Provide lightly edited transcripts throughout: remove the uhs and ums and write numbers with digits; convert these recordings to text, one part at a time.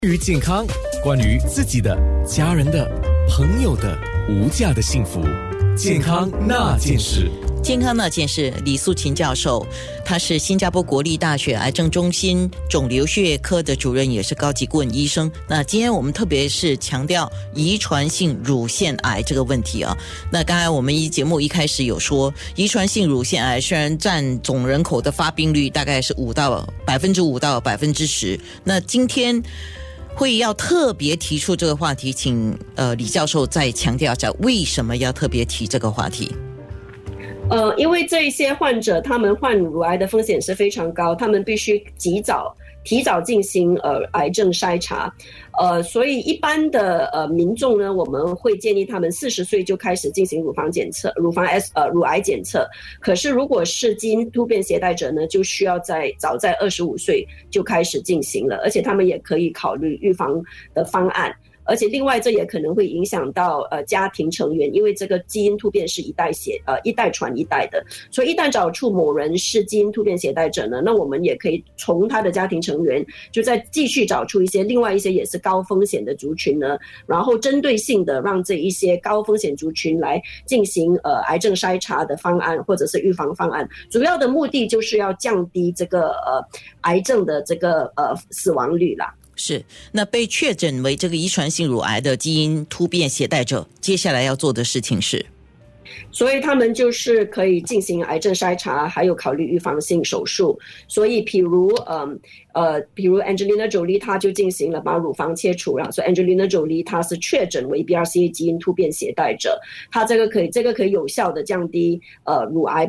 关于健康，关于自己的、家人的、朋友的无价的幸福，健康那件事。 健康那件事，李素琴教授，他是新加坡国立大学癌症中心肿瘤血液科的主任，也是高级顾问医生。那今天我们特别是强调遗传性乳腺癌这个问题啊。那刚才我们节目一开始有说，遗传性乳腺癌虽然占总人口的发病率大概是5%到10%，那今天会要特别提出这个话题，请李教授再强调一下为什么要特别提这个话题。 因为这一些患者他们患乳癌的风险是非常高，他们必须提早进行癌症筛查，所以一般的民众呢，我们会建议他们40岁就开始进行乳癌检测。可是如果是基因突变携带者呢，就需要早在25岁就开始进行了，而且他们也可以考虑预防的方案。而且另外这也可能会影响到家庭成员，因为这个基因突变是一代传一代的，所以一旦找出某人是基因突变携带者呢，那我们也可以从他的家庭成员就再继续找出另外一些也是高风险的族群呢，然后针对性的让这一些高风险族群来进行癌症筛查的方案或者是预防方案，主要的目的就是要降低这个癌症的这个死亡率啦。 是，那被确诊为这个遗传性乳癌的基因突变携带者，接下来要做的事情是， 所以他们就是可以进行癌症筛查，还有考虑预防性手术。所以比如 Angelina Jolie 她就进行了把乳房切除了，所以 Angelina Jolie 她是确诊为 BRCA 基因突变携带者，她这个可以有效的降低乳癌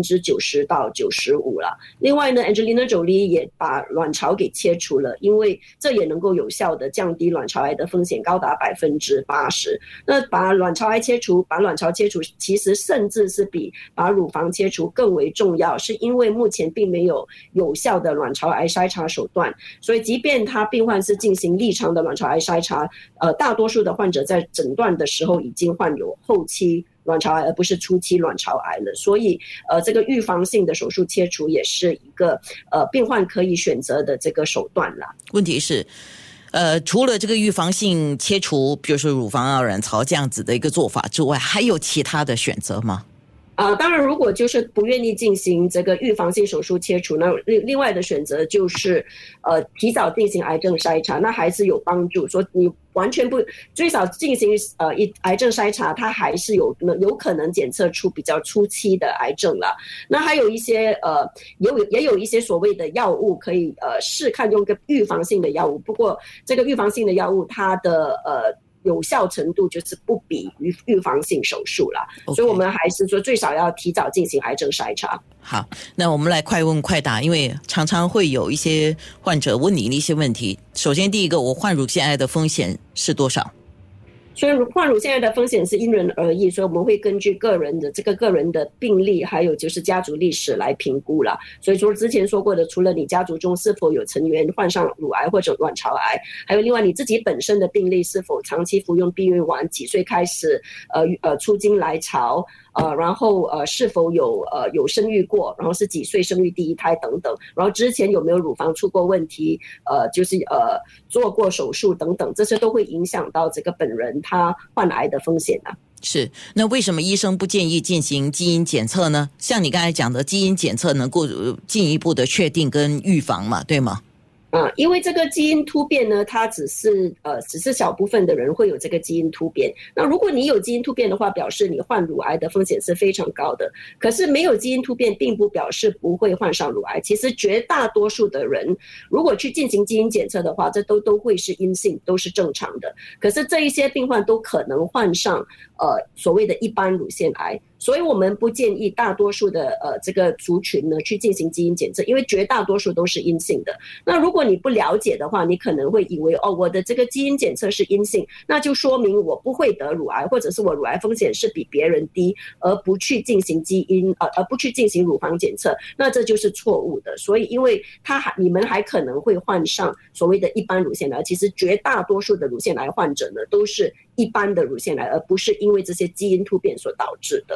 90%到95%了。另外呢 Angelina Jolie 也把卵巢给切除了，因为这也能够有效的降低卵巢癌的风险高达80%。那把卵巢切除其实甚至是比把乳房切除更为重要，是因为目前并没有有效的卵巢癌筛查手段，所以即便他病患是进行例常的卵巢癌筛查，大多数的患者在诊断的时候已经患有后期卵巢癌而不是初期卵巢癌了，所以这个预防性的手术切除也是一个病患可以选择的这个手段啦。 问题是除了这个预防性切除，比如说乳房卵巢这样子的一个做法之外，还有其他的选择吗？ 当然如果就是不愿意进行这个预防性手术切除，那另外的选择就是提早进行癌症筛查，那还是有帮助。说你完全不最少进行癌症筛查，它还是有可能检测出比较初期的癌症了。那还有一些也有一些所谓的药物可以试看用个预防性的药物，不过这个预防性的药物它的有效程度就是不比预防性手术啦， okay. 所以我们还是说最少要提早进行癌症筛查。 好，那我们来快问快答，因为常常会有一些患者问你的一些问题。首先第一个，我患乳腺癌的风险是多少？ 所以患乳腺癌的风险是因人而异，所以我们会根据个人的病例还有就是家族历史来评估啦。所以说之前说过的，除了你家族中是否有成员患上乳癌或者卵巢癌，还有另外你自己本身的病例是否长期服用避孕丸，几岁开始出经来潮，然后是否有生育过，然后是几岁生育第一胎等等，然后之前有没有乳房出过问题，就是做过手术等等，这些都会影响到这个本人他患癌的风险啊。 是，那为什么医生不建议进行基因检测呢？像你刚才讲的，基因检测能够进一步的确定跟预防嘛，对吗？ 因为这个基因突变呢，它只是小部分的人会有这个基因突变。那如果你有基因突变的话，表示你患乳癌的风险是非常高的。可是没有基因突变并不表示不会患上乳癌。其实绝大多数的人如果去进行基因检测的话，这都会是阴性，都是正常的。可是这一些病患都可能患上所谓的一般乳腺癌。所以我们不建议大多数的这个族群呢去进行基因检测，因为绝大多数都是阴性的。那如果你不了解的话，你可能会以为我的这个基因检测是阴性，那就说明我不会得乳癌，或者是我乳癌风险是比别人低，而不去进行而不去进行乳房检测，那这就是错误的。所以因为你们还可能会患上所谓的一般乳腺癌，其实绝大多数的乳腺癌患者呢都是一般的乳腺癌，而不是因为这些基因突变所导致的。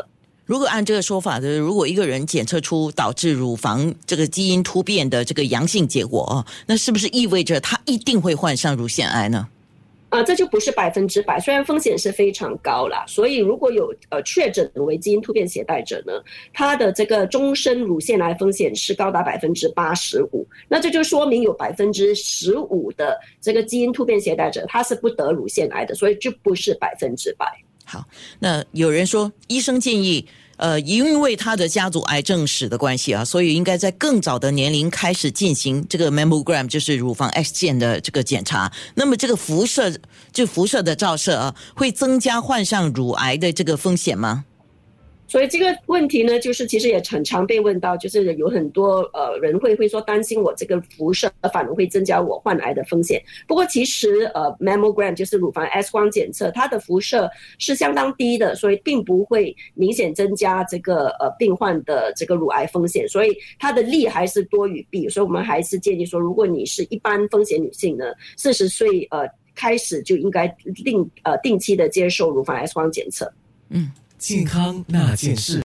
如果按这个说法的，如果一个人检测出导致乳房这个基因突变的这个阳性结果，那是不是意味着他一定会患上乳腺癌呢？ 这就不是100%，虽然风险是非常高啦，所以如果有确诊为基因突变携带者呢，他的这个终身乳腺癌风险是高达85%，那这就说明有15%的这个基因突变携带者他是不得乳腺癌的，所以就不是100%。 好，那有人说医生建议因为他的家族癌症史的关系啊，所以应该在更早的年龄开始进行这个 mammogram， 就是乳房 X 线的这个检查。那么这个辐射的照射啊，会增加患上乳癌的这个风险吗？ 所以这个问题呢，就是其实也很常被问到，就是有很多人会说担心我这个辐射反而会增加我患癌的风险。不过其实mammogram 就是乳房 X 光检测，它的辐射是相当低的，所以并不会明显增加这个病患的这个乳癌风险，所以它的利还是多于弊。所以我们还是建议说，如果你是一般风险女性呢，40岁开始就应该定期的接受乳房 X 光检测。 健康那件事。